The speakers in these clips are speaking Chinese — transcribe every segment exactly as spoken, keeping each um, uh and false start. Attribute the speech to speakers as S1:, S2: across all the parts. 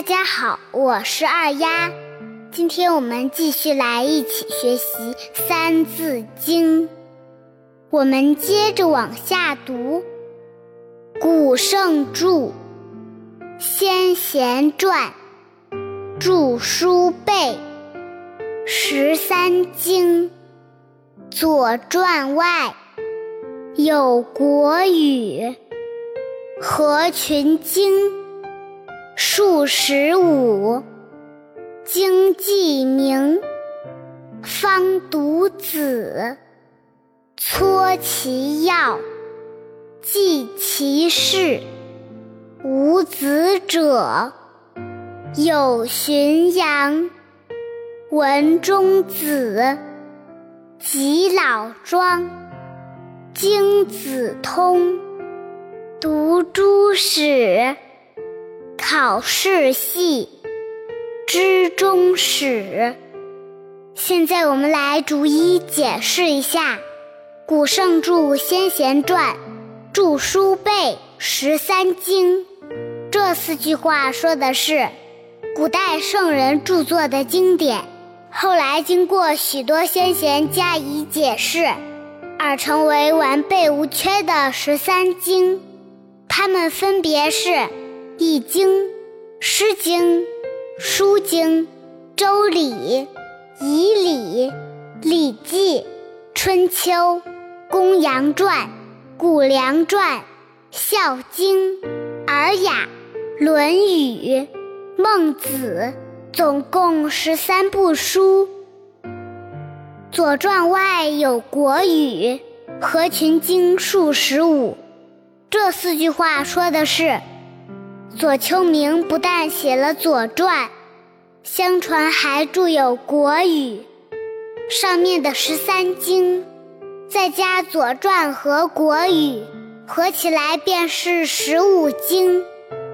S1: 大家好，我是二丫，今天我们继续来一起学习《三字经》，我们接着往下读。古圣著，先贤传，著书备，十三经，左传外有国语，合群经，数十五，经记名，方读子，撮其要，记其事，无子者，有荀扬，文中子，及老庄，经子通，读诸史，考试系，知中史。现在我们来逐一解释一下古圣著先贤传，著书备，十三经。这四句话说的是古代圣人著作的经典，后来经过许多先贤加以解释，而成为完备无缺的十三经。它们分别是易经、诗经、书经、周礼、仪礼、礼记、春秋、公羊传、谷梁传、孝经、尔雅、论语、孟子，总共十三部书。左传外有国语，合群经数十五。这四句话说的是左丘明不但写了左传，相传还著有国语，上面的十三经再加左传和国语，合起来便是十五经。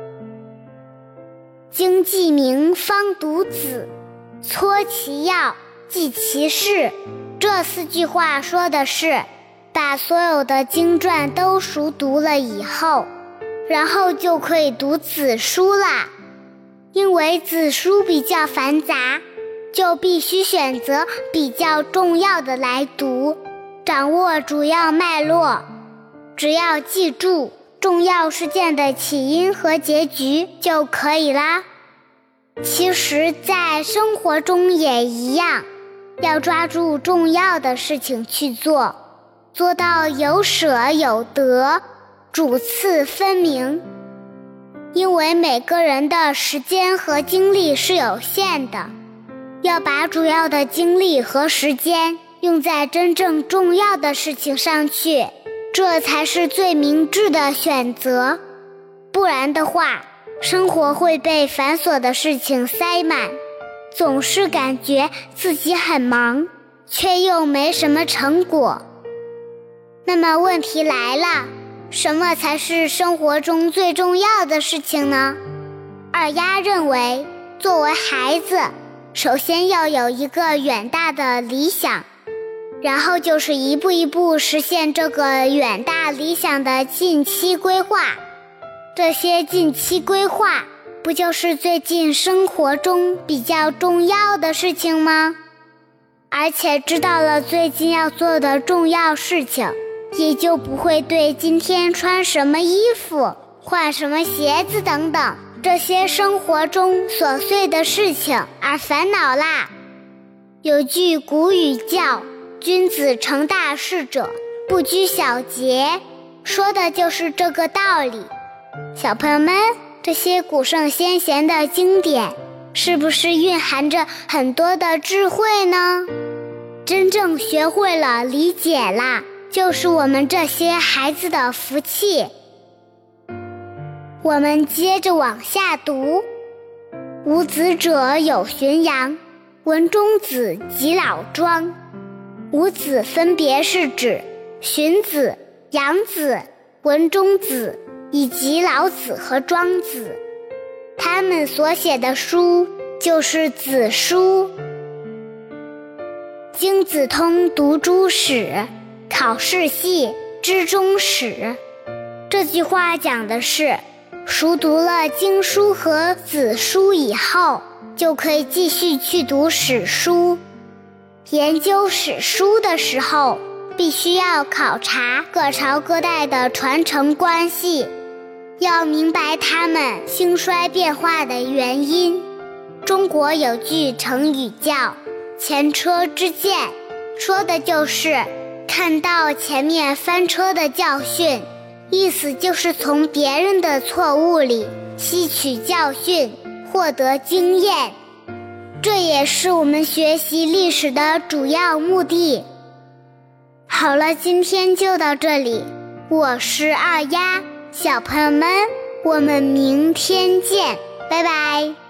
S1: 经记名，方读子，撮其要，记其事。这四句话说的是把所有的经传都熟读了以后，然后就可以读子书啦。因为子书比较繁杂，就必须选择比较重要的来读，掌握主要脉络，只要记住重要事件的起因和结局就可以啦。其实在生活中也一样，要抓住重要的事情去做，做到有舍有得，主次分明。因为每个人的时间和精力是有限的，要把主要的精力和时间用在真正重要的事情上去，这才是最明智的选择。不然的话，生活会被繁琐的事情塞满，总是感觉自己很忙，却又没什么成果。那么问题来了，什么才是生活中最重要的事情呢？二丫认为，作为孩子，首先要有一个远大的理想，然后就是一步一步实现这个远大理想的近期规划。这些近期规划，不就是最近生活中比较重要的事情吗？而且知道了最近要做的重要事情，也就不会对今天穿什么衣服、换什么鞋子等等这些生活中琐碎的事情而烦恼啦。有句古语叫君子成大事者，不拘小节，说的就是这个道理。小朋友们，这些古圣先贤的经典是不是蕴含着很多的智慧呢？真正学会了，理解啦，就是我们这些孩子的福气。我们接着往下读。无子者有荀扬，文中子，及老庄。五子分别是指荀子、杨子、文中子以及老子和庄子，他们所写的书就是子书。经子通，读诸史，考试系，知中史。这句话讲的是熟读了经书和子书以后，就可以继续去读史书。研究史书的时候，必须要考察各朝各代的传承关系，要明白它们兴衰变化的原因。中国有句成语叫前车之鉴，说的就是看到前面翻车的教训，意思就是从别人的错误里吸取教训，获得经验。这也是我们学习历史的主要目的。好了，今天就到这里，我是二丫，小朋友们，我们明天见，拜拜。